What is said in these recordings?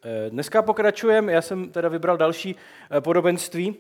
Dneska pokračujeme, já jsem teda vybral další podobenství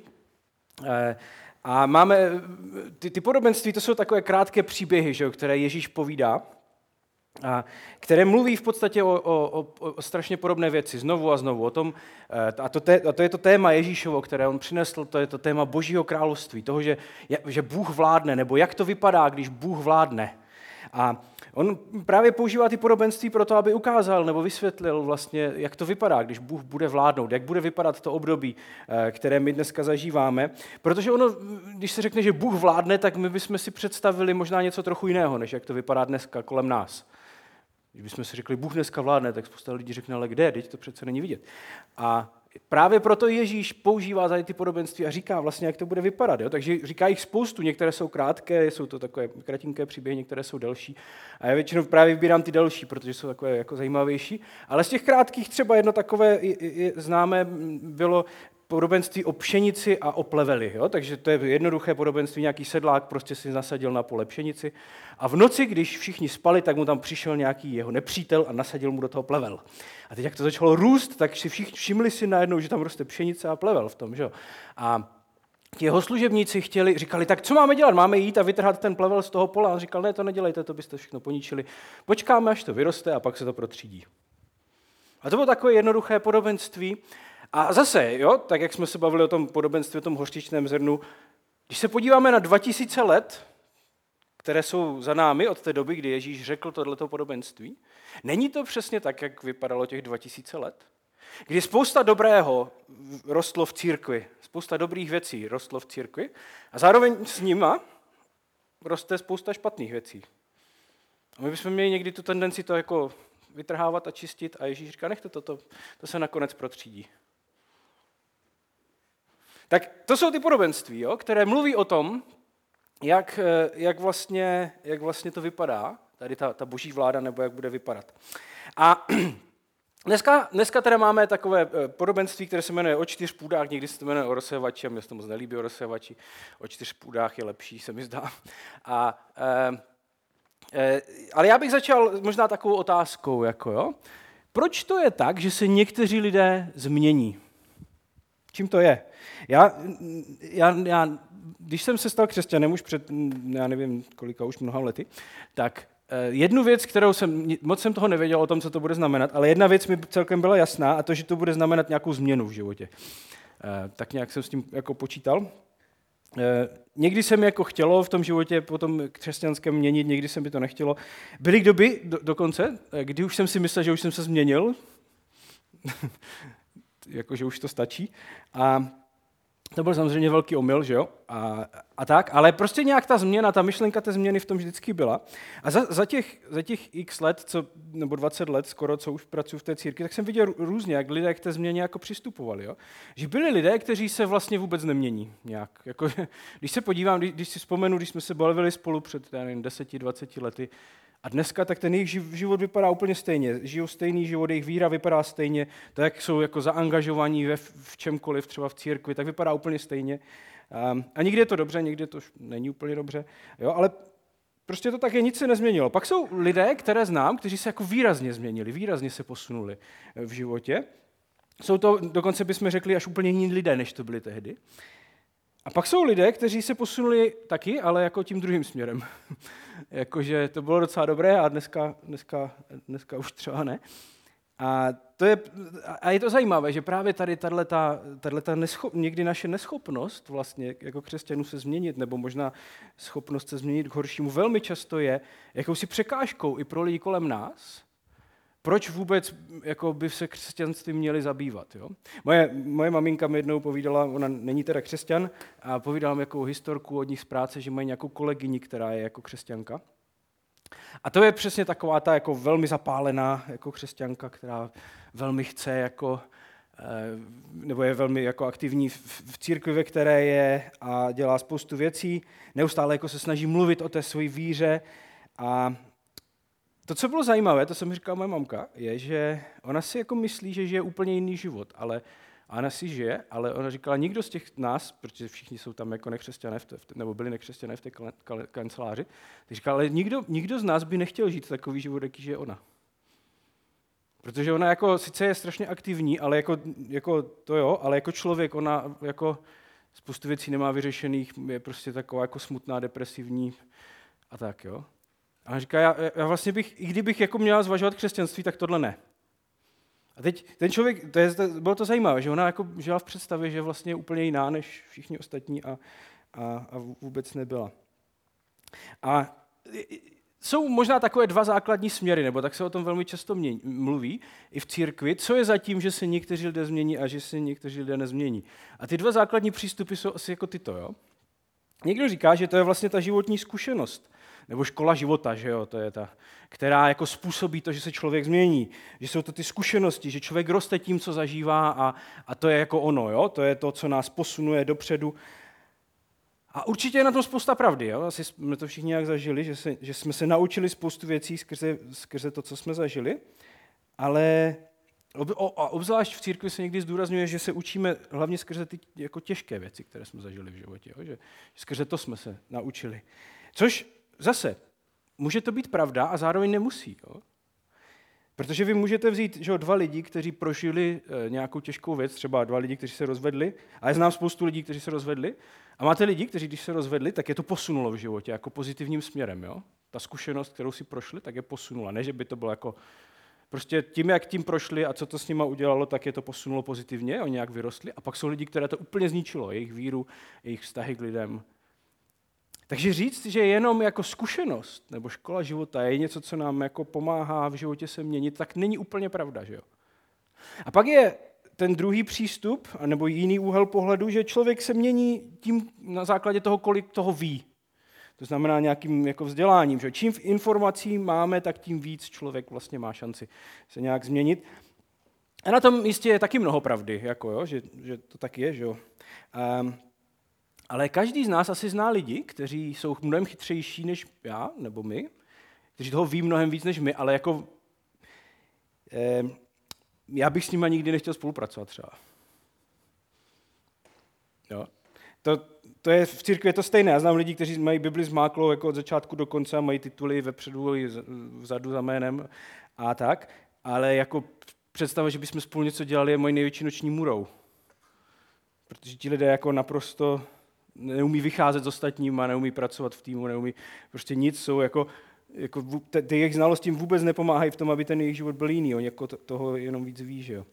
a máme, ty podobenství, to jsou takové krátké příběhy, že, které Ježíš povídá, a které mluví v podstatě o strašně podobné věci, znovu a znovu, o tom, a to je to téma Ježíšovo, které on přinesl, to je to téma Božího království, toho, že Bůh vládne, nebo jak to vypadá, když Bůh vládne. A on právě používá ty podobenství pro to, aby ukázal nebo vysvětlil vlastně, jak to vypadá, když Bůh bude vládnout, jak bude vypadat to období, které my dneska zažíváme. Protože ono, když se řekne, že Bůh vládne, tak my bychom si představili možná něco trochu jiného, než jak to vypadá dneska kolem nás. Když bychom si řekli, Bůh dneska vládne, tak spousta lidí řekne, ale kde, teď to přece není vidět. A právě proto Ježíš používá tady ty podobenství a říká vlastně, jak to bude vypadat. Jo? Takže říká jich spoustu, některé jsou krátké, jsou to takové kratinké příběhy, některé jsou delší. A já většinou právě vybírám ty delší, protože jsou takové jako zajímavější. Ale z těch krátkých třeba jedno takové známé bylo podobenství o pšenici a o pleveli. Jo? Takže to je jednoduché podobenství, nějaký sedlák prostě si nasadil na pole pšenici a v noci, když všichni spali, tak mu tam přišel nějaký jeho nepřítel a nasadil mu do toho plevel. A teď, jak to začalo růst, tak si všichni všimli si najednou, že tam roste pšenice a plevel v tom. Že? A ti jeho služebníci říkali, tak co máme dělat? Máme jít a vytrhat ten plevel z toho pola? A on říkal, ne, to nedělejte, to byste všechno poničili. Počkáme, až to vyroste a pak se to protřídí. A to bylo takové jednoduché podobenství. A zase, jo, tak jak jsme se bavili o tom podobenství, o tom hořčičném zrnu, když se podíváme na 2000 let, které jsou za námi od té doby, kdy Ježíš řekl tohleto podobenství, není to přesně tak, jak vypadalo těch 2000 let? Kdy spousta dobrého rostlo v církvi, spousta dobrých věcí rostlo v církvi a zároveň s nima roste spousta špatných věcí. A my bychom měli někdy tu tendenci to jako vytrhávat a čistit a Ježíš říká, nechte to se nakonec protřídí. Tak to jsou ty podobenství, jo, které mluví o tom, jak vlastně to vypadá, tady ta boží vláda, nebo jak bude vypadat. A dneska teda máme takové podobenství, které se jmenuje o 4 půdách, někdy se to jmenuje o rozsévači, a mě se to moc nelíbí o rozsévači, o 4 půdách je lepší, se mi zdá. Ale já bych začal možná takovou otázkou, jako jo. Proč to je tak, že se někteří lidé změní? Čím to je? Já, když jsem se stal křesťanem už před, já nevím, kolika už mnoha lety, tak jednu věc, moc jsem toho nevěděl o tom, co to bude znamenat, ale jedna věc mi celkem byla jasná, a to, že to bude znamenat nějakou změnu v životě. Tak nějak jsem s tím jako počítal. Někdy se mi jako chtělo v tom životě po tom křesťanském měnit, někdy se mi to nechtělo. Byly doby dokonce, kdy už jsem si myslel, že už jsem se změnil, jakože už to stačí. A to byl samozřejmě velký omyl, že jo? A tak, ale prostě nějak ta změna, ta myšlenka té změny v tom vždycky byla. A za těch x let, nebo 20 let skoro, co už pracuji v té církvi, tak jsem viděl různě, jak lidé k té změně jako přistupovali. Jo? Že byli lidé, kteří se vlastně vůbec nemění nějak. Jako, když se podívám, když si vzpomenu, když jsme se bavili spolu před 10-20 lety, a dneska tak ten jejich život vypadá úplně stejně. Žijou stejný život, jejich víra vypadá stejně. To, jak jsou jako zaangažovaní v čemkoliv, třeba v církvi, tak vypadá úplně stejně. A někdy je to dobře, někdy to není úplně dobře. Jo, ale prostě to také nic se nezměnilo. Pak jsou lidé, které znám, kteří se jako výrazně změnili, výrazně se posunuli v životě. Jsou to, dokonce bychom řekli, až úplně jiní lidé, než to byli tehdy. A pak jsou lidé, kteří se posunuli taky, ale jako tím druhým směrem. Jakože to bylo docela dobré a dneska už třeba ne. A je to zajímavé, že právě tady tato někdy naše neschopnost vlastně jako křesťanů se změnit, nebo možná schopnost se změnit k horšímu, velmi často je jakousi překážkou i pro lidi kolem nás, proč vůbec jako by se křesťanství měli zabývat. Jo? Moje maminka mi jednou povídala, ona není teda křesťan, a povídala mi jako historku od nich z práce, že mají nějakou kolegyni, která je jako křesťanka. A to je přesně taková ta jako velmi zapálená jako křesťanka, která velmi chce jako, nebo je velmi jako aktivní v církvi, ve které je a dělá spoustu věcí. Neustále jako se snaží mluvit o té své víře. A to, co bylo zajímavé, to jsem říkal moje mamka, je, že ona si jako myslí, že žije úplně jiný život, ale ona si žije, ale ona říkala, nikdo z těch nás, protože všichni jsou tam jako nekřesťané, nebo byli nekřesťané v té kanceláři, tak říkala, ale nikdo z nás by nechtěl žít takový život, jaký žije ona. Protože ona jako sice je strašně aktivní, ale ale jako člověk ona jako spoustu věcí nemá vyřešených, je prostě taková jako smutná, depresivní a tak, jo. A on říká, já vlastně bych, i kdybych jako měla zvažovat křesťanství, tak tohle ne. A teď ten člověk, bylo to zajímavé, že ona jako žila v představě, že vlastně je úplně jiná než všichni ostatní a vůbec nebyla. A jsou možná takové dva základní směry, nebo tak se o tom velmi často mluví i v církvi, co je za tím, že se někteří lidé změní a že se někteří lidé nezmění. A ty dva základní přístupy jsou asi jako tyto. Jo? Někdo říká, že to je vlastně ta životní zkušenost, nebo škola života, že jo, to je ta, která jako způsobí to, že se člověk změní, že jsou to ty zkušenosti, že člověk roste tím, co zažívá a to je jako ono, jo? To je to, co nás posunuje dopředu. A určitě je na tom spousta pravdy, jo? Asi jsme to všichni nějak zažili, že jsme se naučili spoustu věcí skrze to, co jsme zažili, ale obzvlášť v církvi se někdy zdůrazňuje, že se učíme hlavně skrze ty jako těžké věci, které jsme zažili v životě, jo? Že skrze to jsme se naučili. Což zase, může to být pravda a zároveň nemusí. Jo? Protože vy můžete vzít dva lidi, kteří prožili nějakou těžkou věc, třeba dva lidi, kteří se rozvedli, a já znám spoustu lidí, kteří se rozvedli, a máte lidi, kteří, když se rozvedli, tak je to posunulo v životě jako pozitivním směrem. Jo? Ta zkušenost, kterou si prošli, tak je posunula. Ne, že by to bylo jako prostě tím, jak tím prošli a co to s nima udělalo, tak je to posunulo pozitivně, oni nějak vyrostli. A pak jsou lidi, které to úplně zničilo, jejich víru, jejich vztahy k lidem. Takže říct, že jenom jako zkušenost nebo škola života je něco, co nám jako pomáhá v životě se měnit, tak není úplně pravda, že jo? A pak je ten druhý přístup, nebo jiný úhel pohledu, že člověk se mění tím na základě toho, kolik toho ví. To znamená nějakým jako vzděláním, že čím informací máme, tak tím víc člověk vlastně má šanci se nějak změnit. A na tom jistě je taky mnoho pravdy, jako jo, že to tak je, že jo. Ale každý z nás asi zná lidi, kteří jsou mnohem chytřejší než já, nebo my, kteří toho ví mnohem víc než my, ale jako já bych s nimi nikdy nechtěl spolupracovat třeba. Jo. To je v církvi je to stejné. Já znám lidi, kteří mají Bibli zmáklou jako od začátku do konce a mají tituly vepředu i vzadu za jménem a tak, ale jako představa, že bychom spolu něco dělali, je mojí největší noční můrou. Protože ti lidé jako naprosto neumí vycházet s ostatníma, neumí pracovat v týmu, neumí prostě nic, jsou jako ty jejich znalosti jim vůbec nepomáhají v tom, aby ten jejich život byl jiný, oni jako toho jenom víc ví, že jo.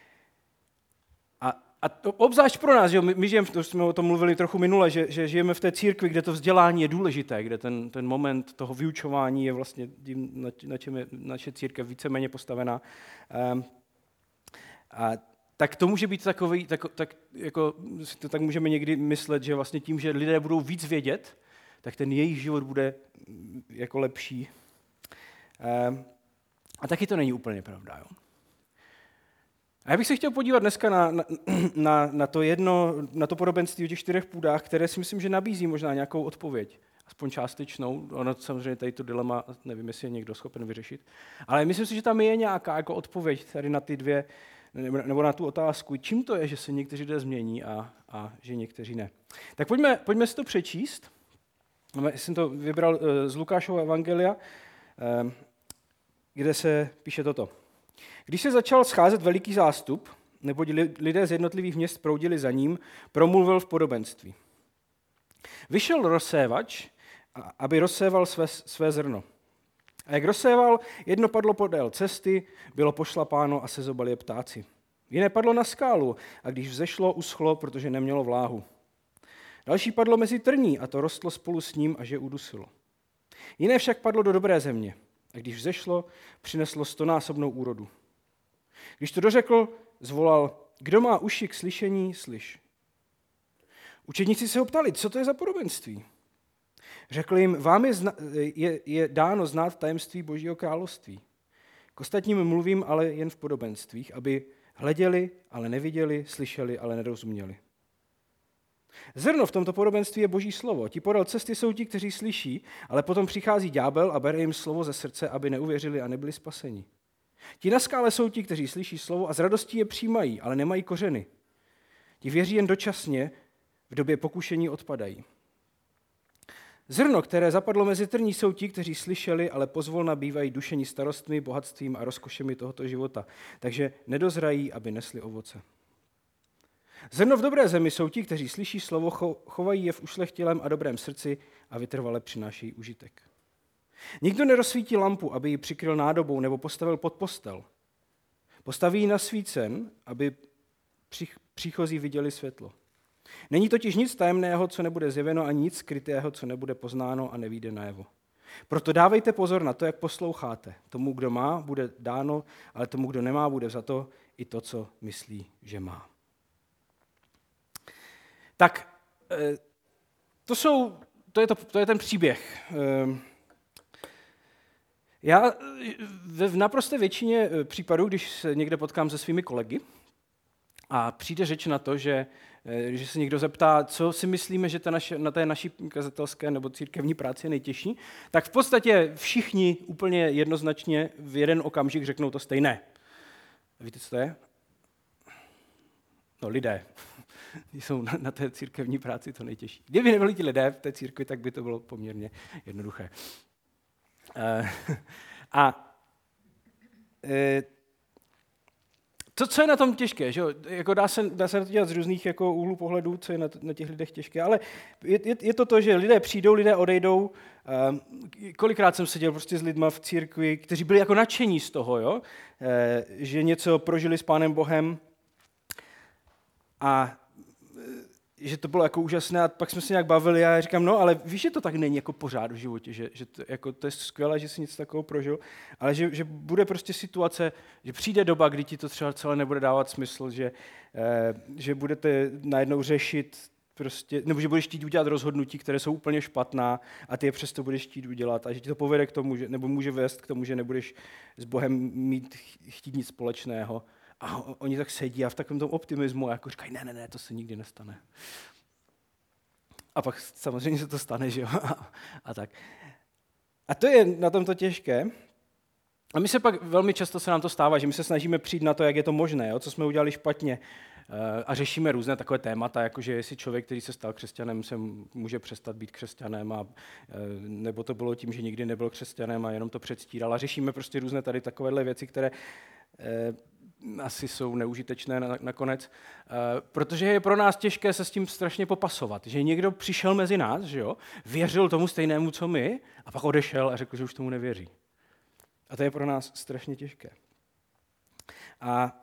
A obzvlášť pro nás, že jo, my žijeme, to jsme o tom mluvili trochu minule, že žijeme v té církvi, kde to vzdělání je důležité, kde ten moment toho vyučování je vlastně tím, na čem je naše církev víceméně postavená. Tak to může být takový, tak můžeme někdy myslet, že vlastně tím, že lidé budou víc vědět, tak ten jejich život bude jako lepší. A taky to není úplně pravda. Jo? A já bych se chtěl podívat dneska na to podobenství o těch 4 půdách, které si myslím, že nabízí možná nějakou odpověď, aspoň částečnou. Ono samozřejmě tady to dilema, nevím, jestli je někdo schopen vyřešit, ale myslím si, že tam je nějaká jako odpověď tady na ty 2, nebo na tu otázku, čím to je, že se někteří lidé změní a že někteří ne. Tak pojďme si to přečíst. Já jsem to vybral z Lukášova evangelia, kde se píše toto. Když se začal scházet veliký zástup, neboť lidé z jednotlivých měst proudili za ním, promluvil v podobenství. Vyšel rozsévač, aby rozséval své zrno. A jak rozséval, jedno padlo podél cesty, bylo pošlapáno a sezobali je ptáci. Jiné padlo na skálu a když vzešlo, uschlo, protože nemělo vláhu. Další padlo mezi trní a to rostlo spolu s ním, až je udusilo. Jiné však padlo do dobré země a když vzešlo, přineslo 100násobnou úrodu. Když to dořekl, zvolal, kdo má uši k slyšení, slyš. Učedníci se ho ptali, co to je za podobenství. Řekl jim, vám je dáno znát tajemství Božího království. K ostatním mluvím ale jen v podobenstvích, aby hleděli, ale neviděli, slyšeli, ale nerozuměli. Zrno v tomto podobenství je Boží slovo. Ti podél cesty jsou ti, kteří slyší, ale potom přichází ďábel a bere jim slovo ze srdce, aby neuvěřili a nebyli spaseni. Ti na skále jsou ti, kteří slyší slovo a s radostí je přijímají, ale nemají kořeny. Ti věří jen dočasně, v době pokušení odpadají. Zrno, které zapadlo mezi trní, jsou ti, kteří slyšeli, ale pozvolna bývají dušeni starostmi, bohatstvím a rozkošemi tohoto života, takže nedozrají, aby nesli ovoce. Zrno v dobré zemi jsou ti, kteří slyší slovo, chovají je v ušlechtilém a dobrém srdci a vytrvale přinášejí užitek. Nikdo nerozsvítí lampu, aby ji přikryl nádobou nebo postavil pod postel. Postaví ji na svícen, aby příchozí viděli světlo. Není totiž nic tajemného, co nebude zjeveno, ani nic skrytého, co nebude poznáno a nevyjde najevo. Proto dávejte pozor na to, jak posloucháte. Tomu, kdo má, bude dáno, ale tomu, kdo nemá, bude za to i to, co myslí, že má. Tak, to je ten příběh. Já v naprosté většině případů, když se někde potkám se svými kolegy a přijde řeč na to, že se někdo zeptá, co si myslíme, že na té naší kazatelské nebo církevní práci je nejtěžší, tak v podstatě všichni úplně jednoznačně v jeden okamžik řeknou to stejné. Víte, co to je? No, lidé. Jsou na té církevní práci to nejtěžší. Kdyby nebyli ti lidé v té církvi, tak by to bylo poměrně jednoduché. Co je na tom těžké? Že? Jako dá se to dělat z různých jako úhlů pohledů, co je na těch lidech těžké, ale je to, že lidé přijdou, lidé odejdou. Kolikrát jsem seděl prostě s lidma v církvi, kteří byli jako nadšení z toho, jo? Že něco prožili s Pánem Bohem a že to bylo jako úžasné a pak jsme se nějak bavili a já říkám, no ale víš, že to tak není jako pořád v životě, že to je skvělé, že jsi něco takového prožil, ale že bude prostě situace, že přijde doba, kdy ti to třeba celé nebude dávat smysl, že budete najednou řešit prostě, nebo že budeš chtít udělat rozhodnutí, které jsou úplně špatná a ty je přesto budeš chtít udělat a že ti to povede k tomu, nebo může vést k tomu, že nebudeš s Bohem chtít nic společného. A oni tak sedí a v takovém tom optimismu a jako říkají, ne, to se nikdy nestane. A pak samozřejmě se to stane, že jo? A tak. A to je na tom to těžké. A my se pak velmi často se nám to stává, že my se snažíme přijít na to, jak je to možné, jo? Co jsme udělali špatně. A řešíme různé takové témata, jako že jestli člověk, který se stal křesťanem, se může přestat být křesťanem, nebo to bylo tím, že nikdy nebyl křesťanem a jenom to předstíral. A řešíme prostě různé tady takovéhle věci, které asi jsou neužitečné nakonec, protože je pro nás těžké se s tím strašně popasovat, že někdo přišel mezi nás, že jo, věřil tomu stejnému, co my, a pak odešel a řekl, že už tomu nevěří. A to je pro nás strašně těžké. A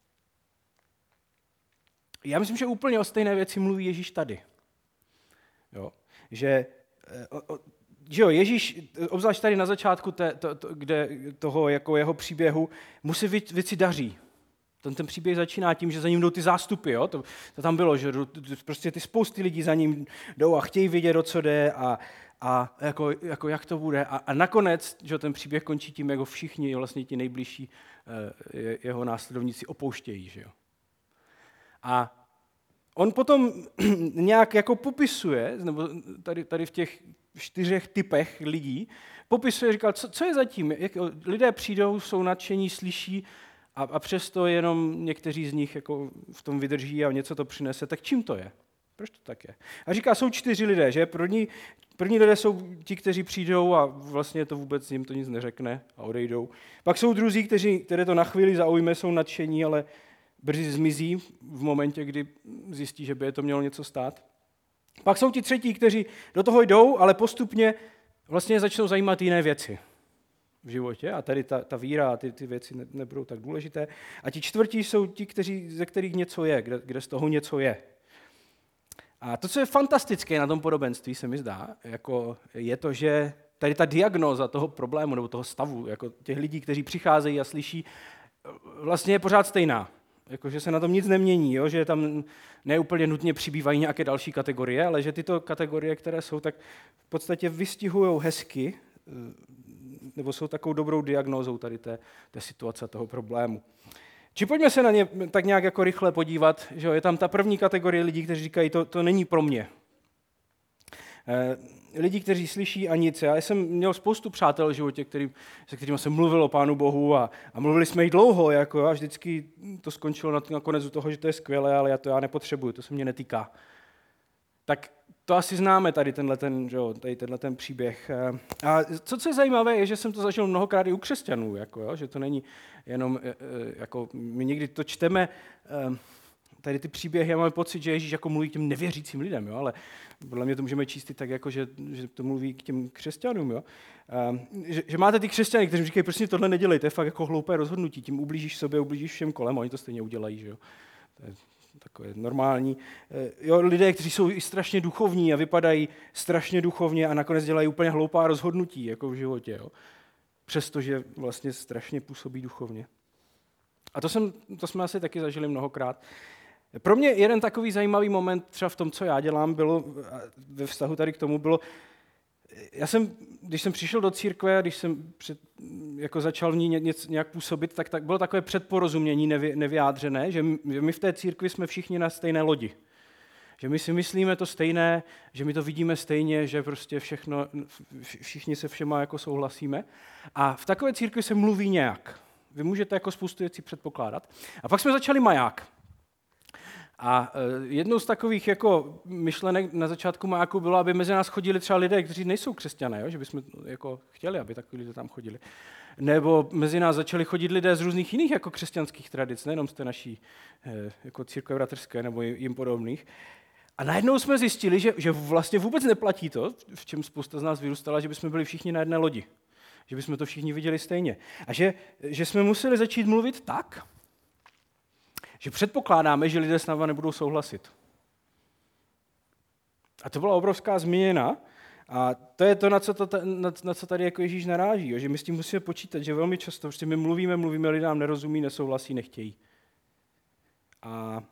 já myslím, že úplně o stejné věci mluví Ježíš tady. Jo? Že jo, Ježíš, obzvlášť tady na začátku toho jako jeho příběhu, mu se věci daří. Ten příběh začíná tím, že za ním jdou ty zástupy. Jo? To tam bylo, že prostě ty spousty lidí za ním jdou a chtějí vědět, o co jde a jako jak to bude. A nakonec, že ten příběh končí tím, jak ho všichni, vlastně ti nejbližší jeho následovníci opouštějí. Že jo? A on potom nějak jako popisuje, nebo tady v těch 4 typech lidí, popisuje, říkal, co je zatím? Lidé přijdou, jsou nadšení, slyší a přesto jenom někteří z nich jako v tom vydrží a něco to přinese. Tak čím to je? Proč to tak je? A říká, jsou 4 lidé, že? První lidé jsou ti, kteří přijdou a vlastně to vůbec jim to nic neřekne a odejdou. Pak jsou druzí, které to na chvíli zaujme, jsou nadšení, ale brzy zmizí v momentě, kdy zjistí, že by je to mělo něco stát. Pak jsou ti třetí, kteří do toho jdou, ale postupně vlastně začnou zajímat jiné věci v životě a tady ta víra a ty věci nebudou tak důležité. A ti čtvrtí jsou ti, ze kterých něco je, kde z toho něco je. A to, co je fantastické na tom podobenství, se mi zdá, jako je to, že tady ta diagnóza toho problému nebo toho stavu, jako těch lidí, kteří přicházejí a slyší, vlastně je pořád stejná. Jakože se na tom nic nemění, jo? Že tam neúplně nutně přibývají nějaké další kategorie, ale že tyto kategorie, které jsou, tak v podstatě vystihují hezky, nebo jsou takovou dobrou diagnózou tady té situace, toho problému. Či pojďme se na ně tak nějak jako rychle podívat, že je tam ta první kategorie lidí, kteří říkají, to není pro mě. Lidi, kteří slyší a nic. Já jsem měl spoustu přátel v životě, se kterými jsem mluvil o Pánu Bohu a mluvili jsme jí dlouho, jako, a vždycky to skončilo nakonec u toho, že to je skvělé, ale já nepotřebuju, to se mě netýká. Tak to asi známe tady tenhle příběh. A co je zajímavé, je, že jsem to zažil mnohokrát i u křesťanů, že to není jenom, my někdy to čteme, tady ty příběhy, a máme pocit, že Ježíš jako mluví k těm nevěřícím lidem, ale podle mě to můžeme číst i tak, že to mluví k těm křesťanům. Že máte ty křesťany, kteří říkají, prostě tohle nedělej, to je fakt jako hloupé rozhodnutí, tím ublížíš sobě, ublížíš všem kolem, a oni to stejně udělají, že jo. To je takové normální. Lidé, kteří jsou i strašně duchovní a vypadají strašně duchovně a nakonec dělají úplně hloupá rozhodnutí jako v životě, jo. Přestože vlastně strašně působí duchovně. A to jsme asi taky zažili mnohokrát. Pro mě jeden takový zajímavý moment třeba v tom, co já dělám, bylo, ve vztahu tady k tomu, bylo, když jsem přišel do církve, když jsem začal v ní nějak působit, tak bylo takové předporozumění nevyjádřené, že my v té církvi jsme všichni na stejné lodi. Že my si myslíme to stejné, že my to vidíme stejně, že prostě všichni se všema jako souhlasíme. A v takové církvi se mluví nějak. Vy můžete jako spoustu věcí předpokládat. A pak jsme začali maják. A jednou z takových jako myšlenek na začátku majáku bylo, aby mezi nás chodili třeba lidé, kteří nejsou křesťané, jo? Že bychom jako chtěli, aby takový lidé tam chodili. Nebo mezi nás začali chodit lidé z různých jiných jako křesťanských tradic, nejenom z té naší jako církve bratrské nebo jim podobných. A najednou jsme zjistili, že vlastně vůbec neplatí to, v čem spousta z nás vyrůstala, že bychom byli všichni na jedné lodi. Že bychom to všichni viděli stejně. A že jsme museli začít mluvit tak, že předpokládáme, že lidé s námi nebudou souhlasit. A to byla obrovská změna. A to je to, na co tady jako Ježíš naráží. Jo? Že my s tím musíme počítat, že velmi často prostě my mluvíme, lidé nám nerozumí, nesouhlasí, nechtějí. A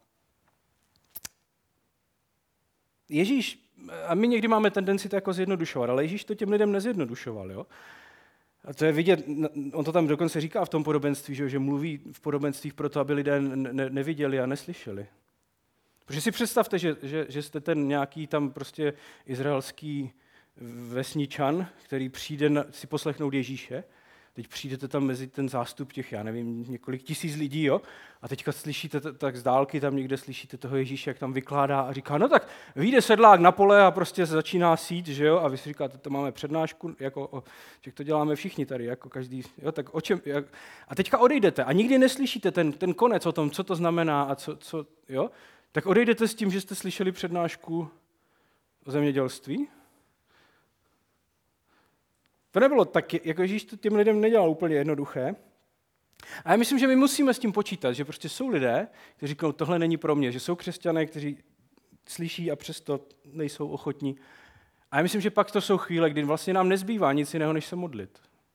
Ježíš, a my někdy máme tendenci to jako zjednodušovat, ale Ježíš to těm lidem nezjednodušoval. Jo? A to je vidět, on to tam dokonce říká v tom podobenství, že mluví v podobenstvích proto, aby lidé neviděli a neslyšeli. Protože si představte, že jste ten nějaký tam prostě izraelský vesničan, který přijde si poslechnout Ježíše. Teď přijdete tam mezi ten zástup těch, já nevím, několik tisíc lidí, jo? A teďka slyšíte, tak z dálky tam někde slyšíte toho Ježíše, jak tam vykládá a říká, no tak vyjde sedlák na pole a prostě začíná sít, že jo? A vy si říkáte, to máme přednášku, jako že to děláme všichni tady, jako každý, jo? Tak o čem, a teďka odejdete a nikdy neslyšíte ten konec o tom, co to znamená a co jo? Tak odejdete s tím, že jste slyšeli přednášku o zemědělství. To nebylo tak, jako Ježíš to těm lidem nedělal úplně jednoduché. A já myslím, že my musíme s tím počítat, že prostě jsou lidé, kteří říkají, tohle není pro mě, že jsou křesťané, kteří slyší a přesto nejsou ochotní. A já myslím, že pak to jsou chvíle, kdy vlastně nám nezbývá nic jiného, než se modlit.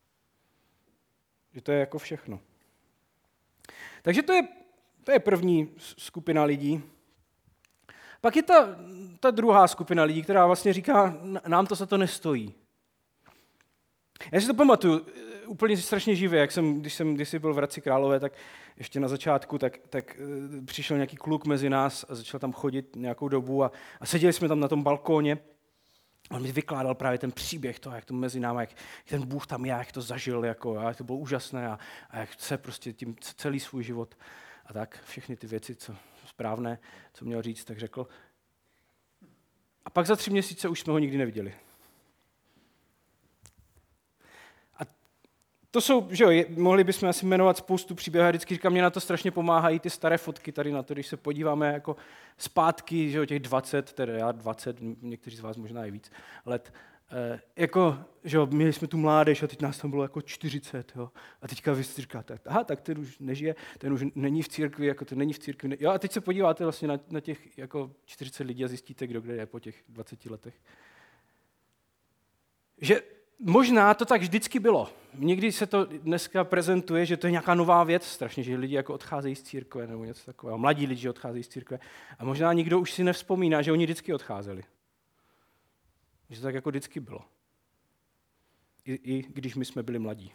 Že to je jako všechno. Takže to je první skupina lidí. Pak je ta druhá skupina lidí, která vlastně říká, nám to za to nestojí. Já si to pamatuju úplně strašně živě, když jsem kdysi byl v Hradci Králové, tak ještě na začátku, tak přišel nějaký kluk mezi nás a začal tam chodit nějakou dobu a seděli jsme tam na tom balkóně. On mi vykládal právě ten příběh toho, jak to mezi námi, jak ten Bůh tam je, jak to zažil, jak to bylo úžasné a jak chce prostě tím celý svůj život a tak, všechny ty věci, co správné, co měl říct, tak řekl. A pak za 3 měsíce už jsme ho nikdy neviděli. To jsou, že jo, mohli bychom asi jmenovat spoustu příběhů, já vždycky říkám, mě na to strašně pomáhají ty staré fotky tady na to, když se podíváme jako zpátky, že jo, těch 20, teda já 20, někteří z vás možná i víc let, jako, že jo, měli jsme tu mládež a teď nás tam bylo jako 40, jo, a teďka vy si říkáte, aha, tak ten už nežije, ten už není v církvi, jako ten není v církvi, jo, a teď se podíváte vlastně na těch jako 40 lidí a zjistíte, kdo kde je po těch 20 letech. Že možná to tak vždycky bylo. Někdy se to dneska prezentuje, že to je nějaká nová věc strašně, že lidi jako odcházejí z církve nebo něco takového. Mladí lidi odcházejí z církve. A možná nikdo už si nevzpomíná, že oni vždycky odcházeli. Že to tak jako vždycky bylo. I když my jsme byli mladí.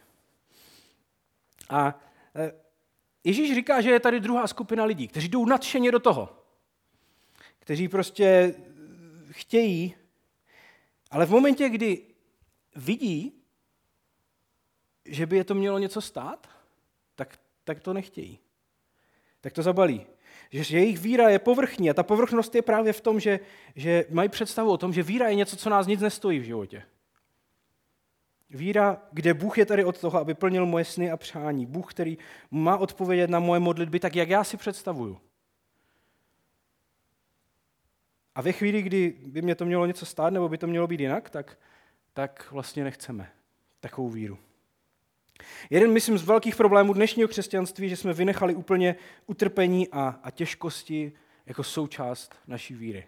A Ježíš říká, že je tady druhá skupina lidí, kteří jdou nadšeně do toho. Kteří prostě chtějí, ale v momentě, kdy vidí, že by je to mělo něco stát, tak to nechtějí. Tak to zabalí. Že jejich víra je povrchní a ta povrchnost je právě v tom, že mají představu o tom, že víra je něco, co nás nic nestojí v životě. Víra, kde Bůh je tady od toho, aby plnil moje sny a přání. Bůh, který má odpovědět na moje modlitby tak, jak já si představuju. A ve chvíli, kdy by mě to mělo něco stát, nebo by to mělo být jinak, tak vlastně nechceme takovou víru. Jeden, myslím, z velkých problémů dnešního křesťanství, že jsme vynechali úplně utrpení a těžkosti jako součást naší víry.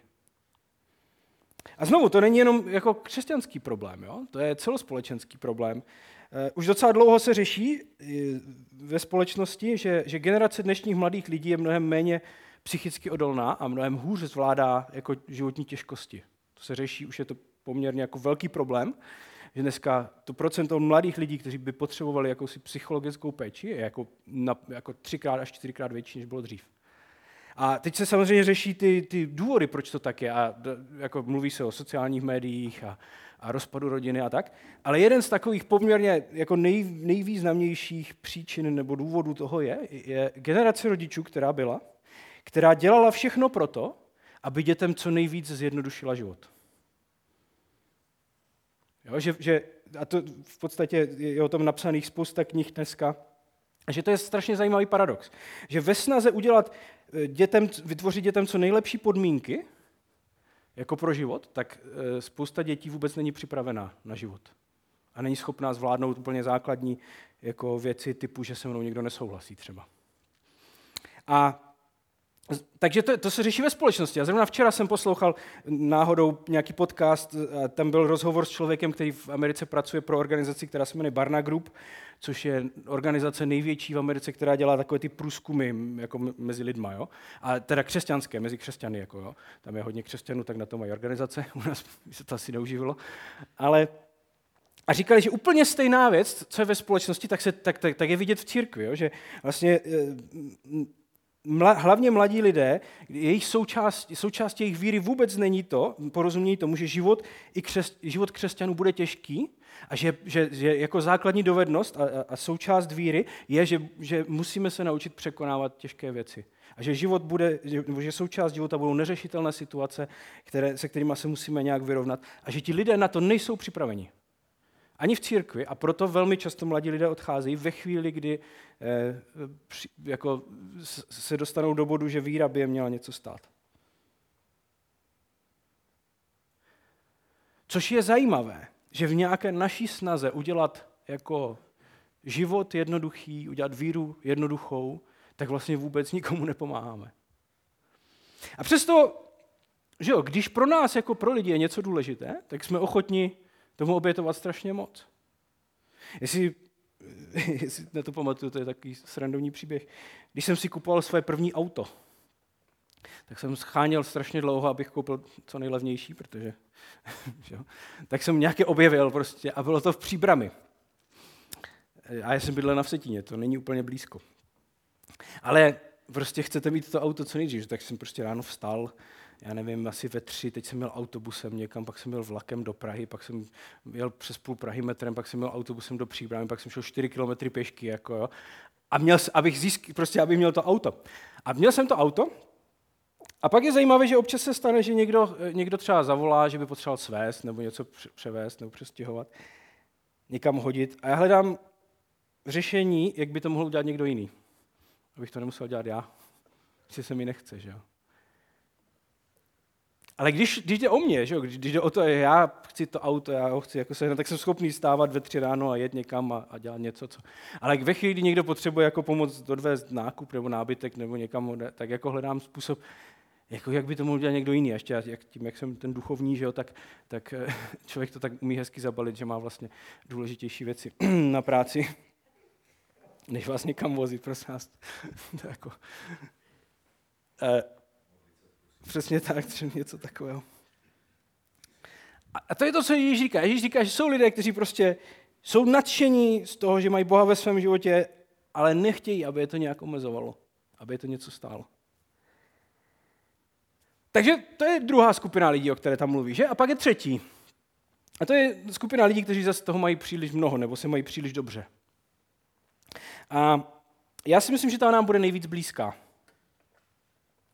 A znovu, to není jenom jako křesťanský problém, jo? To je celospolečenský problém. Už docela dlouho se řeší ve společnosti, že generace dnešních mladých lidí je mnohem méně psychicky odolná a mnohem hůř zvládá jako životní těžkosti. To se řeší, už je to poměrně jako velký problém, že dneska to procento mladých lidí, kteří by potřebovali jakousi psychologickou péči, je jako 3x až 4x větší, než bylo dřív. A teď se samozřejmě řeší ty důvody, proč to tak je. A jako mluví se o sociálních médiích a rozpadu rodiny a tak. Ale jeden z takových poměrně jako nejvýznamnějších příčin nebo důvodů toho je generace rodičů, která dělala všechno proto, aby dětem co nejvíc zjednodušila život. Jo, a to v podstatě je o tom napsaných spousta knih dneska, a že to je strašně zajímavý paradox. Že ve snaze vytvořit dětem co nejlepší podmínky jako pro život, tak spousta dětí vůbec není připravená na život. A není schopná zvládnout úplně základní jako věci typu, že se mnou někdo nesouhlasí třeba. Takže to se řeší ve společnosti. A zrovna včera jsem poslouchal náhodou nějaký podcast, tam byl rozhovor s člověkem, který v Americe pracuje pro organizaci, která se jmenuje Barna Group, což je organizace největší v Americe, která dělá takové ty průzkumy jako mezi lidma, jo? A teda křesťanské, mezi křesťany, jako, jo? Tam je hodně křesťanů, tak na to mají organizace, u nás by se to asi neuživilo. A říkali, že úplně stejná věc, co je ve společnosti, tak je vidět v církvi, jo? Že vlastně hlavně mladí lidé, jejich součástí jejich víry vůbec není to, porozumění tomu, že život křesťanů bude těžký a že jako základní dovednost a součást víry je, že musíme se naučit překonávat těžké věci. A že součást života budou neřešitelné situace, se kterými se musíme nějak vyrovnat a že ti lidé na to nejsou připraveni. Ani v církvi, a proto velmi často mladí lidé odcházejí ve chvíli, kdy se dostanou do bodu, že víra by je měla něco stát. Což je zajímavé, že v nějaké naší snaze udělat jako život jednoduchý, udělat víru jednoduchou, tak vlastně vůbec nikomu nepomáháme. A přesto, že jo, když pro nás jako pro lidi je něco důležité, tak jsme ochotni tomu obětovat strašně moc. Jestli na to pamatuju, to je takový srandovní příběh. Když jsem si kupoval své první auto, tak jsem scháněl strašně dlouho, abych koupil co nejlevnější, protože tak jsem nějaké objevil prostě a bylo to v Příbrami. A já jsem bydlel na Vsetíně, to není úplně blízko. Ale prostě chcete mít to auto co nejdřív, tak jsem prostě ráno vstal, já nevím, asi ve 3, teď jsem měl autobusem někam, pak jsem měl vlakem do Prahy, pak jsem jel přes půl Prahy metrem, pak jsem měl autobusem do Příbramy, pak jsem šel 4 kilometry pěšky, jako jo. A abych měl to auto. A měl jsem to auto a pak je zajímavé, že občas se stane, že někdo třeba zavolá, že by potřeboval svést nebo něco převést nebo přestěhovat, někam hodit. A já hledám řešení, jak by to mohl udělat někdo jiný. Abych to nemusel dělat já. Protože se mi nechce, že jo. Ale když jde o mě, že jo, když jde o to, já chci to auto, já ho chci jako sehnat, tak jsem schopný stávat ve 3 ráno a jet někam a dělat něco. Ale ve chvíli, kdy někdo potřebuje jako pomoct odvést nákup nebo nábytek nebo někam, tak jako hledám způsob, jako jak by to mohl dělat někdo jiný. A ještě jak jsem ten duchovní, že jo, tak člověk to tak umí hezky zabalit, že má vlastně důležitější věci na práci, než vás někam vozit, prosím vás. To jako, přesně tak, něco takového. A to je to, co Ježíš říká. Ježíš říká, že jsou lidé, kteří prostě jsou nadšení z toho, že mají Boha ve svém životě, ale nechtějí, aby je to nějak omezovalo, aby je to něco stálo. Takže to je druhá skupina lidí, o které tam mluví, že? A pak je třetí. A to je skupina lidí, kteří zase toho mají příliš mnoho, nebo se mají příliš dobře. A já si myslím, že ta nám bude nejvíc blízká.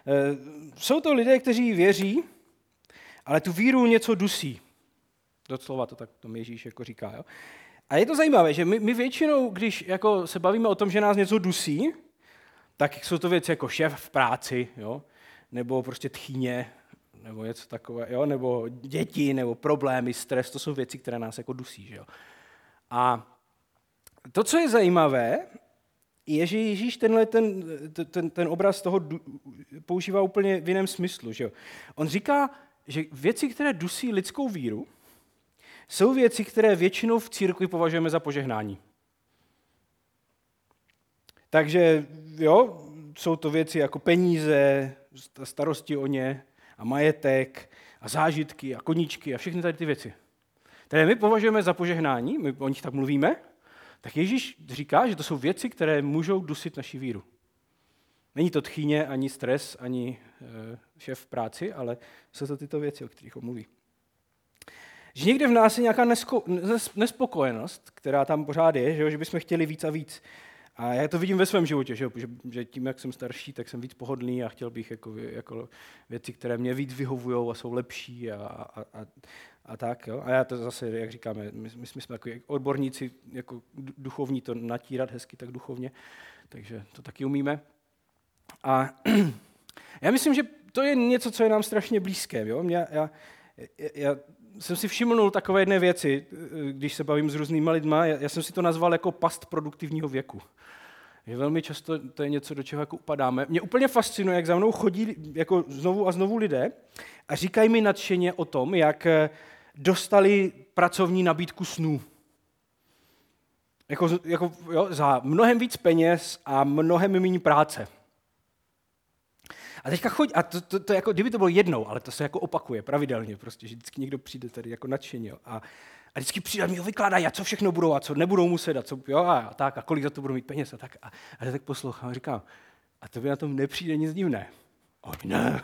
Jsou to lidé, kteří věří, ale tu víru něco dusí. Doslova to tak Tom Ježíš jako říká. Jo? A je to zajímavé, že my většinou, když jako se bavíme o tom, že nás něco dusí, tak jsou to věci jako šéf v práci, jo? Nebo prostě tchýně, nebo něco takového, nebo děti, nebo problémy, stres, to jsou věci, které nás jako dusí. Že jo? A to, co je zajímavé, je, že Ježíš ten obraz toho používá úplně v jiném smyslu. Že jo? On říká, že věci, které dusí lidskou víru, jsou věci, které většinou v církvi považujeme za požehnání. Takže jo, jsou to věci jako peníze, starosti o ně a majetek a zážitky a koníčky a všechny tady ty věci. Které my považujeme za požehnání, my o nich tak mluvíme, tak Ježíš říká, že to jsou věci, které můžou dusit naši víru. Není to tchýně, ani stres, ani šéf v práci, ale jsou to tyto věci, o kterých on mluví. Že někde v nás je nějaká nespokojenost, která tam pořád je, že bychom chtěli víc a víc. A já to vidím ve svém životě, že tím, jak jsem starší, tak jsem víc pohodlný a chtěl bych jako věci, které mě víc vyhovují a jsou lepší a tak. Jo? A já to zase, jak říkáme, my jsme takový odborníci, jako duchovní, to natírat hezky tak duchovně, takže to taky umíme. A já myslím, že to je něco, co je nám strašně blízké. Jo? Já jsem si všimnul takové jedné věci, když se bavím s různýma lidma, já jsem si to nazval jako past produktivního věku. Že velmi často to je něco, do čeho jako upadáme. Mě úplně fascinuje, jak za mnou chodí jako znovu a znovu lidé a říkají mi nadšeně o tom, jak dostali pracovní nabídku snů. Jo, za mnohem víc peněz a mnohem méně práce. A teďka chodí, a to jako, kdyby to bylo jednou, ale to se jako opakuje pravidelně, prostě, že vždycky někdo přijde tady jako nadšeně. A vždycky přijde a mi ho vykládají, a co všechno budou, a co nebudou muset, a co, jo, a tak, a kolik za to budou mít peněz, a tak. A já tak poslouchám a říkám, a to by na tom nepřijde nic divné. Ne.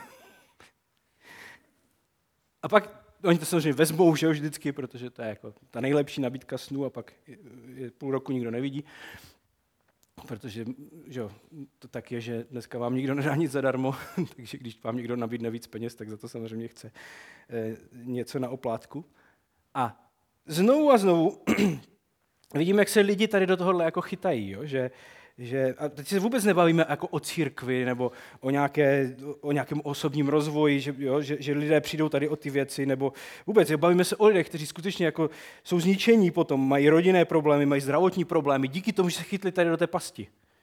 A pak oni to samozřejmě vezmou, že jo, vždycky, protože to je jako ta nejlepší nabídka snů, a pak je půl roku nikdo nevidí. Protože že jo, to tak je, že dneska vám nikdo nedá nic zadarmo, takže když vám někdo nabídne víc peněz, tak za to samozřejmě chce něco na oplátku. A znovu vidím, jak se lidi tady do tohohle jako chytají, jo? A teď se vůbec nebavíme jako o církvi nebo o nějakém osobním rozvoji, že lidé přijdou tady o ty věci, nebo vůbec bavíme se o lidech, kteří skutečně jako jsou zničení potom, mají rodinné problémy, mají zdravotní problémy, díky tomu, že se chytli tady do té pasti.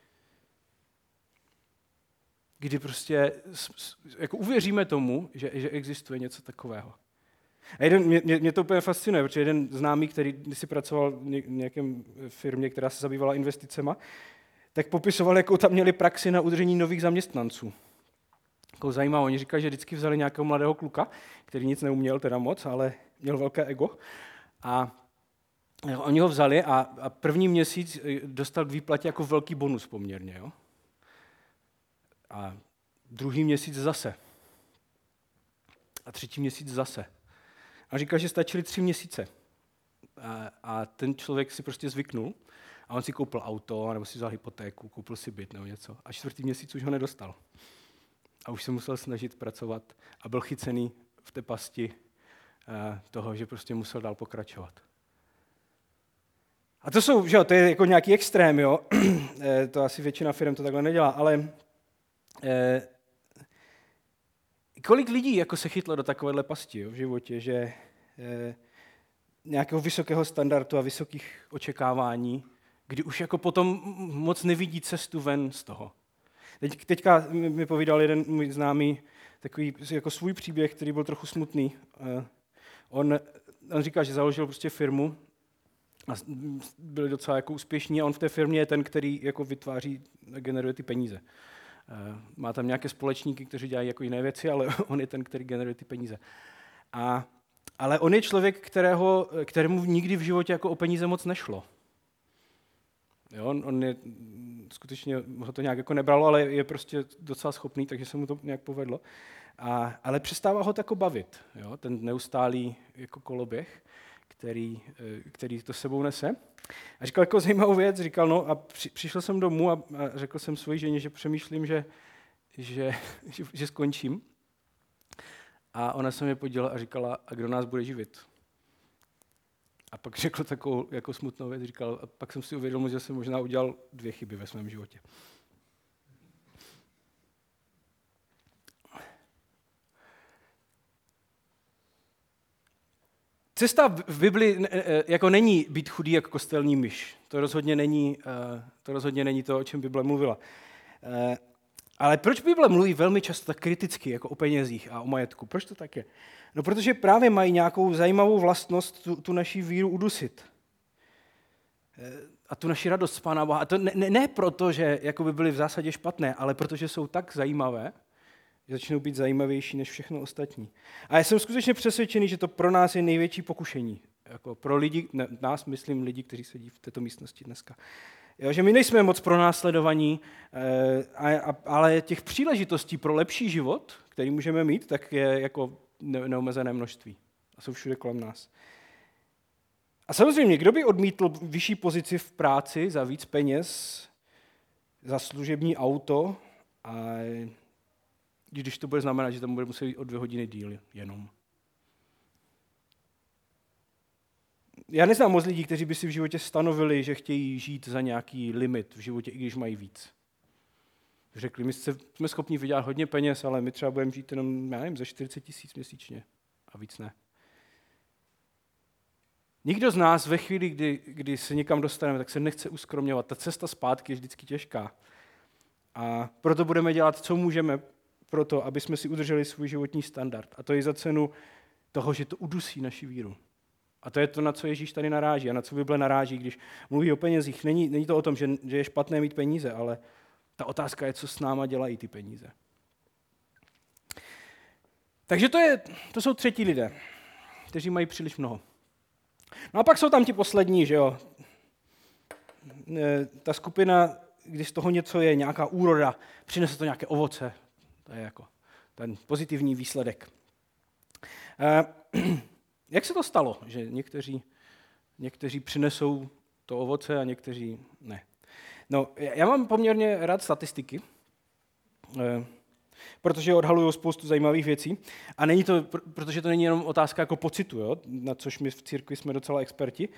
Kdy prostě jako uvěříme tomu, že existuje něco takového. A mě to úplně fascinuje, protože jeden známý, který si pracoval v nějakém firmě, která se zabývala investicema, tak popisoval, jakou tam měli praxi na udržení nových zaměstnanců. Jako zajímavé, oni říkali, že vždycky vzali nějakého mladého kluka, který nic neuměl teda moc, ale měl velké ego. A oni ho vzali a první měsíc dostal k výplatě jako velký bonus poměrně. Jo? A druhý měsíc zase. A třetí měsíc zase. A říkal, že stačily 3 měsíce. A ten člověk si prostě zvyknul. A on si koupil auto, nebo si vzal hypotéku, koupil si byt nebo něco. A 4. měsíc už ho nedostal. A už se musel snažit pracovat a byl chycený v té pasti toho, že prostě musel dál pokračovat. A to je jako nějaký extrém, jo. To asi většina firm to takhle nedělá, ale kolik lidí jako se chytlo do takovéhle pasti, jo, v životě, že nějakého vysokého standardu a vysokých očekávání, kdy už jako potom moc nevidí cestu ven z toho. Teďka mi povídal jeden můj známý takový jako svůj příběh, který byl trochu smutný. On říká, že založil prostě firmu a byli docela jako úspěšní a on v té firmě je ten, který jako vytváří a generuje ty peníze. Má tam nějaké společníky, kteří dělají jako jiné věci, ale on je ten, který generuje ty peníze. Ale on je člověk, kterému nikdy v životě jako o peníze moc nešlo. Jo, on je, skutečně ho to nějak jako nebralo, ale je prostě docela schopný, takže se mu to nějak povedlo. Ale přestává ho to jako bavit, jo, ten neustálý jako koloběh, který to sebou nese. A říkal jako zajímavou věc, říkal, no a přišel jsem domů a řekl jsem svojí ženě, že přemýšlím, že že skončím. A ona se mě podívala a říkala, a kdo nás bude živit? A pak řekl takovou jako smutnou věc, říkal, a pak jsem si uvědomil, že jsem možná udělal 2 chyby ve svém životě. Cesta v Bibli jako není být chudý jako kostelní myš. To rozhodně není to, o čem Bible mluvila. Ale proč Bible mluví velmi často tak kriticky, jako o penězích a o majetku? Proč to tak je? No, protože právě mají nějakou zajímavou vlastnost tu naši víru udusit. A tu naši radost z Pána Boha. A to ne proto, že jako by byly v zásadě špatné, ale protože jsou tak zajímavé, že začnou být zajímavější než všechno ostatní. A já jsem skutečně přesvědčený, že to pro nás je největší pokušení. Jako pro lidi, nás myslím lidi, kteří sedí v této místnosti dneska. Jo, že my nejsme moc pronásledovaní, ale těch příležitostí pro lepší život, který můžeme mít, tak je jako neomezené množství. A jsou všude kolem nás. A samozřejmě, kdo by odmítl vyšší pozici v práci za víc peněz, za služební auto, a když to bude znamenat, že tam bude muset být o 2 hodiny díl jenom. Já neznám moc lidí, kteří by si v životě stanovili, že chtějí žít za nějaký limit v životě, i když mají víc. Řekli, my jsme schopni vydělat hodně peněz, ale my třeba budeme žít jenom, já nevím, za 40 000 měsíčně a víc ne. Nikdo z nás ve chvíli, kdy se někam dostaneme, tak se nechce uskromňovat. Ta cesta zpátky je vždycky těžká. A proto budeme dělat, co můžeme pro to, aby jsme si udrželi svůj životní standard. A to je za cenu toho, že to udusí naši víru. A to je to, na co Ježíš tady naráží a na co Bible naráží, když mluví o penězích. Není to o tom, že je špatné mít peníze, ale ta otázka je, co s náma dělají ty peníze. Takže to jsou třetí lidé, kteří mají příliš mnoho. No a pak jsou tam ti poslední, že jo. Ta skupina, kdy z toho něco je, nějaká úroda, přinese to nějaké ovoce. To je jako ten pozitivní výsledek. Jak se to stalo, že někteří přinesou to ovoce a někteří ne? No, já mám poměrně rád statistiky, protože odhalují spoustu zajímavých věcí. A není to, protože to není jenom otázka jako pocitu, jo? Na což my v církvi jsme docela experti,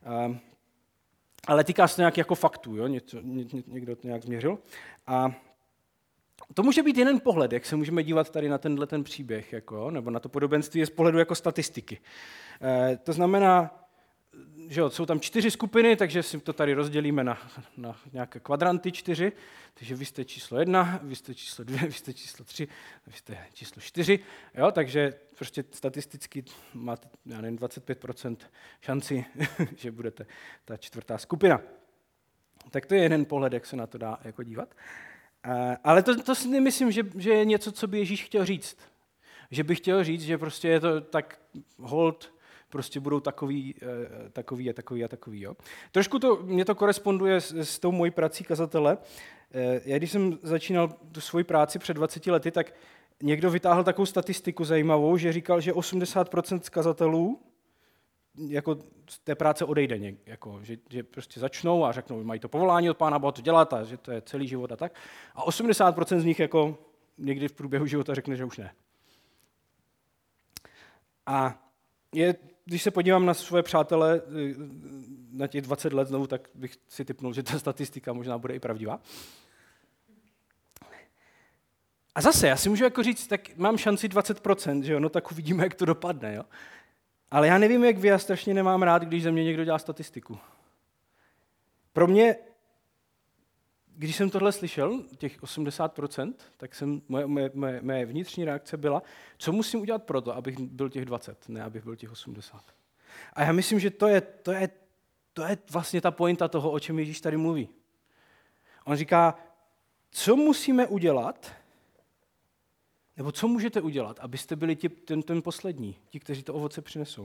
ale týká se to nějak jako faktů, jo? Někdo to nějak změřil. A to může být jeden pohled, jak se můžeme dívat tady na ten příběh, jako, nebo na to podobenství je z pohledu jako statistiky. To znamená, že jsou tam 4 skupiny, takže si to tady rozdělíme na nějaké kvadranty 4, takže vy jste číslo 1, vy jste číslo 2, vy jste číslo 3, vy jste číslo 4, jo, takže prostě statisticky máte, já nevím, 25% šanci, že budete ta 4. skupina. Tak to je jeden pohled, jak se na to dá jako dívat. Ale to si nemyslím, že je něco, co by Ježíš chtěl říct. Že by chtěl říct, že prostě je to tak hold, prostě budou takový a takový. Jo. Trošku mě to koresponduje s tou mojí prací kazatele. Já když jsem začínal tu svoji práci před 20 lety, tak někdo vytáhl takovou statistiku zajímavou, že říkal, že 80% kazatelů jako z té práce odejde, jako, že prostě začnou a řeknou, mají to povolání od Pána Boha to dělat a že to je celý život a tak. A 80% z nich jako někdy v průběhu života řekne, že už ne. A když se podívám na své přátele na těch 20 let znovu, tak bych si tipnul, že ta statistika možná bude i pravdivá. A zase, já si můžu jako říct, tak mám šanci 20%, že jo, no tak uvidíme, jak to dopadne, jo. Ale já nevím, jak vy, já strašně nemám rád, když ze mě někdo dělá statistiku. Pro mě, když jsem tohle slyšel, těch 80%, tak moje vnitřní reakce byla, co musím udělat pro to, abych byl těch 20, ne abych byl těch 80. A já myslím, že to je vlastně ta pointa toho, o čem Ježíš tady mluví. On říká, co musíme udělat, nebo co můžete udělat, abyste byli ten poslední, ti, kteří to ovoce přinesou.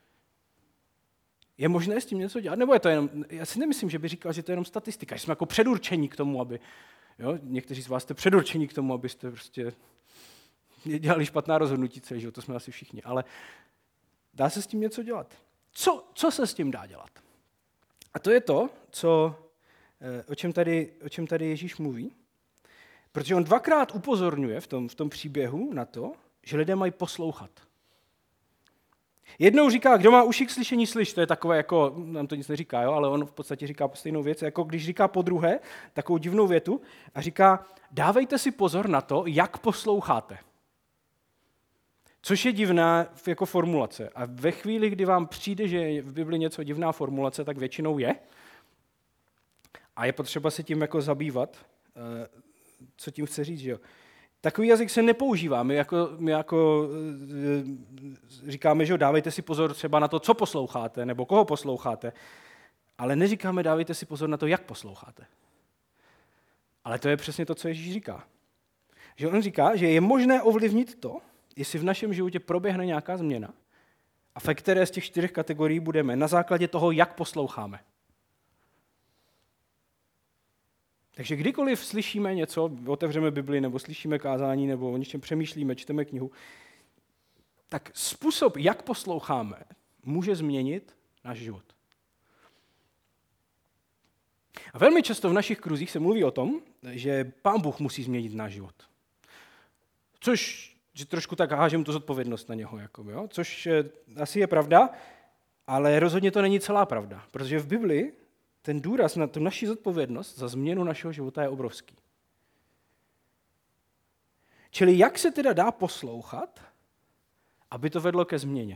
Je možné s tím něco dělat? Nebo je to jenom, já si nemyslím, že by říkal, že to je jenom statistika, že jsme jako předurčení k tomu, aby, jo, někteří z vás jste předurčení k tomu, abyste prostě dělali špatná rozhodnutí celý život, to jsme asi všichni, ale dá se s tím něco dělat. Co se s tím dá dělat? A to je to, o čem tady Ježíš mluví. Protože on dvakrát upozorňuje v tom příběhu na to, že lidé mají poslouchat. Jednou říká, kdo má uši k slyšení, slyš. To je takové, jako, nám to nic neříká, jo? Ale on v podstatě říká stejnou věc, jako když říká po druhé takovou divnou větu a říká, dávejte si pozor na to, jak posloucháte. Což je divná jako formulace. A ve chvíli, kdy vám přijde, že je v Bibli něco divná formulace, tak většinou je. A je potřeba se tím jako zabývat, co tím chce říct, že jo. Takový jazyk se nepoužívá. My jako říkáme, že dávejte si pozor třeba na to, co posloucháte, nebo koho posloucháte, ale neříkáme, dávejte si pozor na to, jak posloucháte. Ale to je přesně to, co Ježíš říká. Že on říká, že je možné ovlivnit to, jestli v našem životě proběhne nějaká změna a ve které z těch 4 kategorií budeme na základě toho, jak posloucháme. Takže kdykoliv slyšíme něco, otevřeme Bibli, nebo slyšíme kázání, nebo o něčem přemýšlíme, čteme knihu, tak způsob, jak posloucháme, může změnit náš život. A velmi často v našich kruzích se mluví o tom, že Pán Bůh musí změnit náš život. Což, že trošku tak hážem tu zodpovědnost na něho, jo? Což asi je pravda, ale rozhodně to není celá pravda, protože v Bibli ten důraz na tu naši zodpovědnost za změnu našeho života je obrovský. Čili jak se teda dá poslouchat, aby to vedlo ke změně?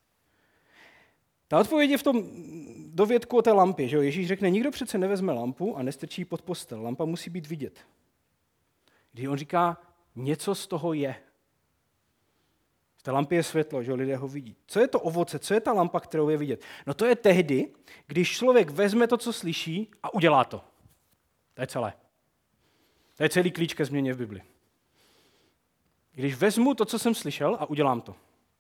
Ta odpověď je v tom dovědku o té lampě. Že jo? Ježíš řekne, nikdo přece nevezme lampu a nestrčí pod postel. Lampa musí být vidět. Když on říká, něco z toho je. V té lampě je světlo, že lidé ho vidí. Co je to ovoce? Co je ta lampa, kterou je vidět? No to je tehdy, když člověk vezme to, co slyší a udělá to. To je celé. To je celý klíč ke změně v Bibli. Když vezmu to, co jsem slyšel a udělám to.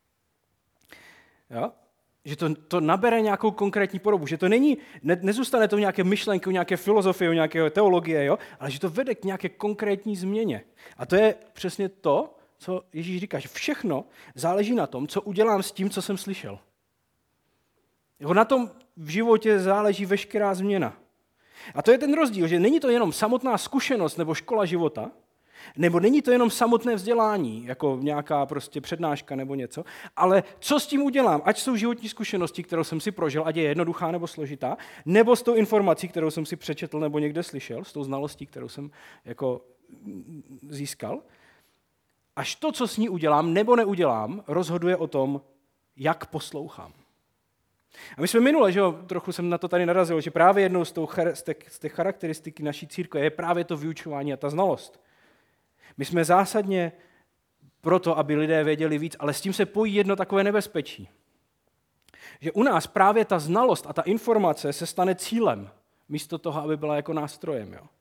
Jo? Že to nabere nějakou konkrétní podobu, že to není, nezůstane to v nějaké myšlenky, nějaké filozofie, nějaké teologie, jo? Ale že to vede k nějaké konkrétní změně. A to je přesně to, co Ježíš říká, že všechno záleží na tom, co udělám s tím, co jsem slyšel. Na tom v životě záleží veškerá změna. A to je ten rozdíl, že není to jenom samotná zkušenost nebo škola života, nebo není to jenom samotné vzdělání, jako nějaká prostě přednáška nebo něco, ale co s tím udělám, ať jsou životní zkušenosti, kterou jsem si prožil, ať je jednoduchá nebo složitá, nebo s tou informací, kterou jsem si přečetl nebo někde slyšel, s tou znalostí, kterou jsem jako získal. Až to, co s ní udělám nebo neudělám, rozhoduje o tom, jak poslouchám. A my jsme minule, že jo, trochu jsem na to tady narazil, že právě jednou z těch charakteristiky naší církve je právě to vyučování a ta znalost. My jsme zásadně proto, aby lidé věděli víc, ale s tím se pojí jedno takové nebezpečí. Že u nás právě ta znalost a ta informace se stane cílem, místo toho, aby byla jako nástrojem. Jo.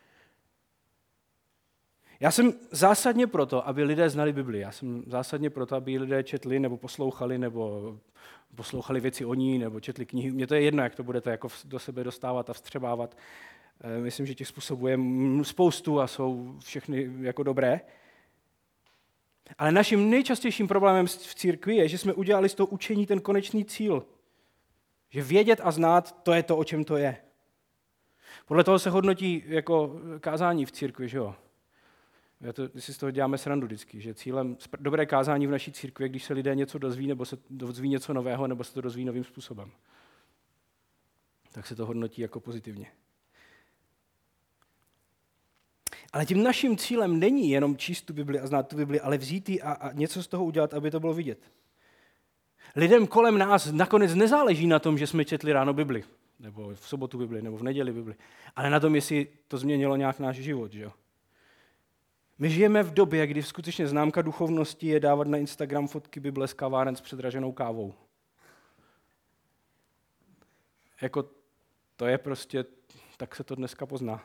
Já jsem zásadně proto, aby lidé znali Bibli. Já jsem zásadně proto, aby lidé četli nebo poslouchali věci o ní, nebo četli knihy. Mně to je jedno, jak to budete jako do sebe dostávat a vstřebávat. Myslím, že těch způsobů je spoustu a jsou všechny jako dobré. Ale naším nejčastějším problémem v církvi je, že jsme udělali z toho učení ten konečný cíl. Že vědět a znát, to je to, o čem to je. Podle toho se hodnotí jako kázání v církvi, že jo? Si z toho děláme srandu vždycky, že cílem dobré kázání v naší církvi je, když se lidé něco dozví, nebo se dozví něco nového, nebo se to dozví novým způsobem. Tak se to hodnotí jako pozitivně. Ale tím naším cílem není jenom číst tu Bibli a znát tu Bibli, ale vzít ji a něco z toho udělat, aby to bylo vidět. Lidem kolem nás nakonec nezáleží na tom, že jsme četli ráno Bibli, nebo v sobotu Bibli, nebo v neděli Bibli, ale na tom, jestli to změnilo nějak náš život. Že jo? My žijeme v době, kdy skutečně známka duchovnosti je dávat na Instagram fotky Bible z kaváren s předraženou kávou. Jako to je prostě, tak se to dneska pozná.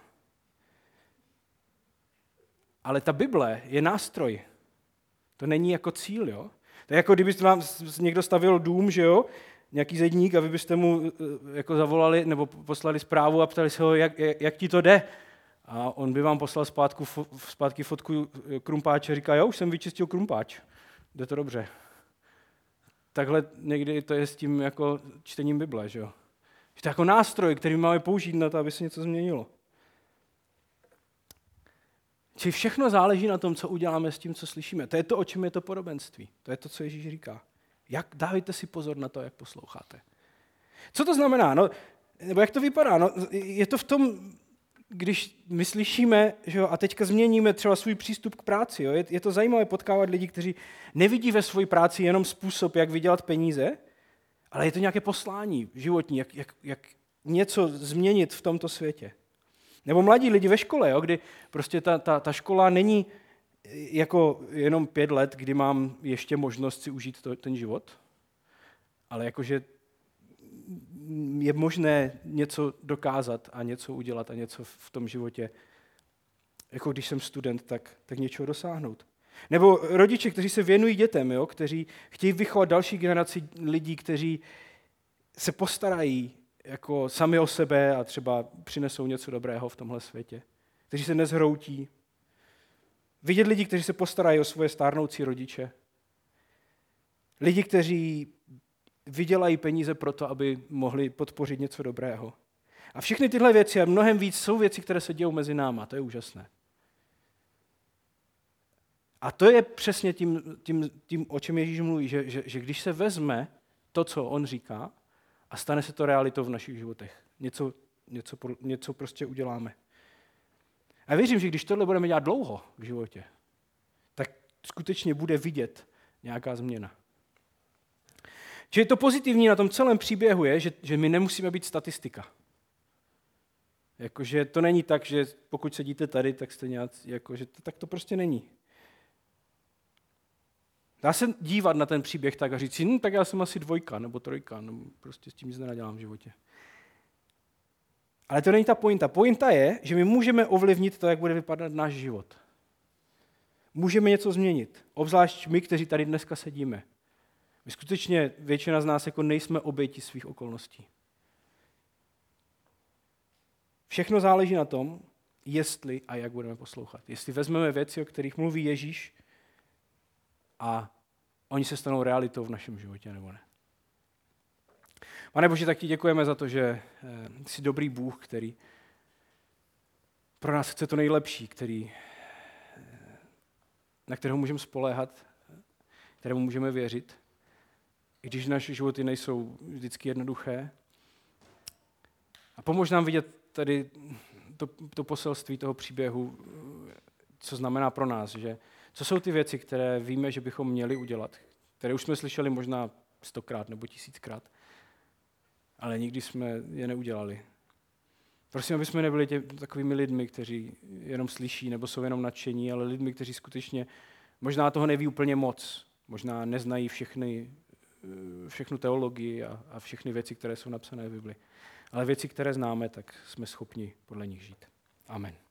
Ale ta Bible je nástroj. To není jako cíl, jo? To je jako kdybyste vám někdo stavil dům, že jo? Nějaký zedník a vy byste mu jako zavolali nebo poslali zprávu a ptali se ho, jak ti to jde. A on by vám poslal zpátky fotku krumpáče a říká, jo, už jsem vyčistil krumpáč. Jde to dobře. Takhle někdy to je s tím jako čtením Bible, že jo? Že to je jako nástroj, který máme použít na to, aby se něco změnilo. Čili všechno záleží na tom, co uděláme s tím, co slyšíme. To je to, o čem je to podobenství. To je to, co Ježíš říká. Dávejte si pozor na to, jak posloucháte. Co to znamená? No, nebo jak to vypadá? No, je to v tom, když my slyšíme, že jo, a teďka změníme třeba svůj přístup k práci. Jo? Je to zajímavé potkávat lidi, kteří nevidí ve své práci jenom způsob, jak vydělat peníze, ale je to nějaké poslání životní, jak něco změnit v tomto světě. Nebo mladí lidi ve škole, jo, kdy prostě ta škola není jako jenom 5 let, kdy mám ještě možnost si užít ten život, ale jakože je možné něco dokázat a něco udělat a něco v tom životě, jako když jsem student, tak něčeho dosáhnout. Nebo rodiče, kteří se věnují dětem, jo, kteří chtějí vychovat další generaci lidí, kteří se postarají jako sami o sebe a třeba přinesou něco dobrého v tomhle světě. Kteří se nezhroutí. Vidět lidi, kteří se postarají o svoje stárnoucí rodiče. Lidi, kteří vydělají peníze pro to, aby mohli podpořit něco dobrého. A všechny tyhle věci a mnohem víc jsou věci, které se dějou mezi náma. To je úžasné. A to je přesně tím o čem Ježíš mluví, že když se vezme to, co on říká, a stane se to realitou v našich životech. Něco prostě uděláme. A věřím, že když tohle budeme dělat dlouho v životě, tak skutečně bude vidět nějaká změna. Čili to pozitivní na tom celém příběhu je, že my nemusíme být statistika. Jakože to není tak, že pokud sedíte tady, tak jste tak to prostě není. Dá se dívat na ten příběh tak a říct si, tak já jsem asi 2 nebo 3, nebo prostě s tím nic nenadělám v životě. Ale to není ta pointa. Pointa je, že my můžeme ovlivnit to, jak bude vypadat náš život. Můžeme něco změnit. Obzvlášť my, kteří tady dneska sedíme. My skutečně, většina z nás jako nejsme oběti svých okolností. Všechno záleží na tom, jestli a jak budeme poslouchat. Jestli vezmeme věci, o kterých mluví Ježíš, a oni se stanou realitou v našem životě, nebo ne. Pane Bože, tak ti děkujeme za to, že jsi dobrý Bůh, který pro nás chce to nejlepší, na kterého můžeme spoléhat, kterému můžeme věřit, i když naše životy nejsou vždycky jednoduché. A pomož nám vidět tady to poselství toho příběhu, co znamená pro nás, že co jsou ty věci, které víme, že bychom měli udělat, které už jsme slyšeli možná 100krát nebo 1000krát, ale nikdy jsme je neudělali. Prosím, aby jsme nebyli takovými lidmi, kteří jenom slyší nebo jsou jenom nadšení, ale lidmi, kteří skutečně možná toho neví úplně moc, možná neznají všechnu teologii a všechny věci, které jsou napsané v Bibli. Ale věci, které známe, tak jsme schopni podle nich žít. Amen.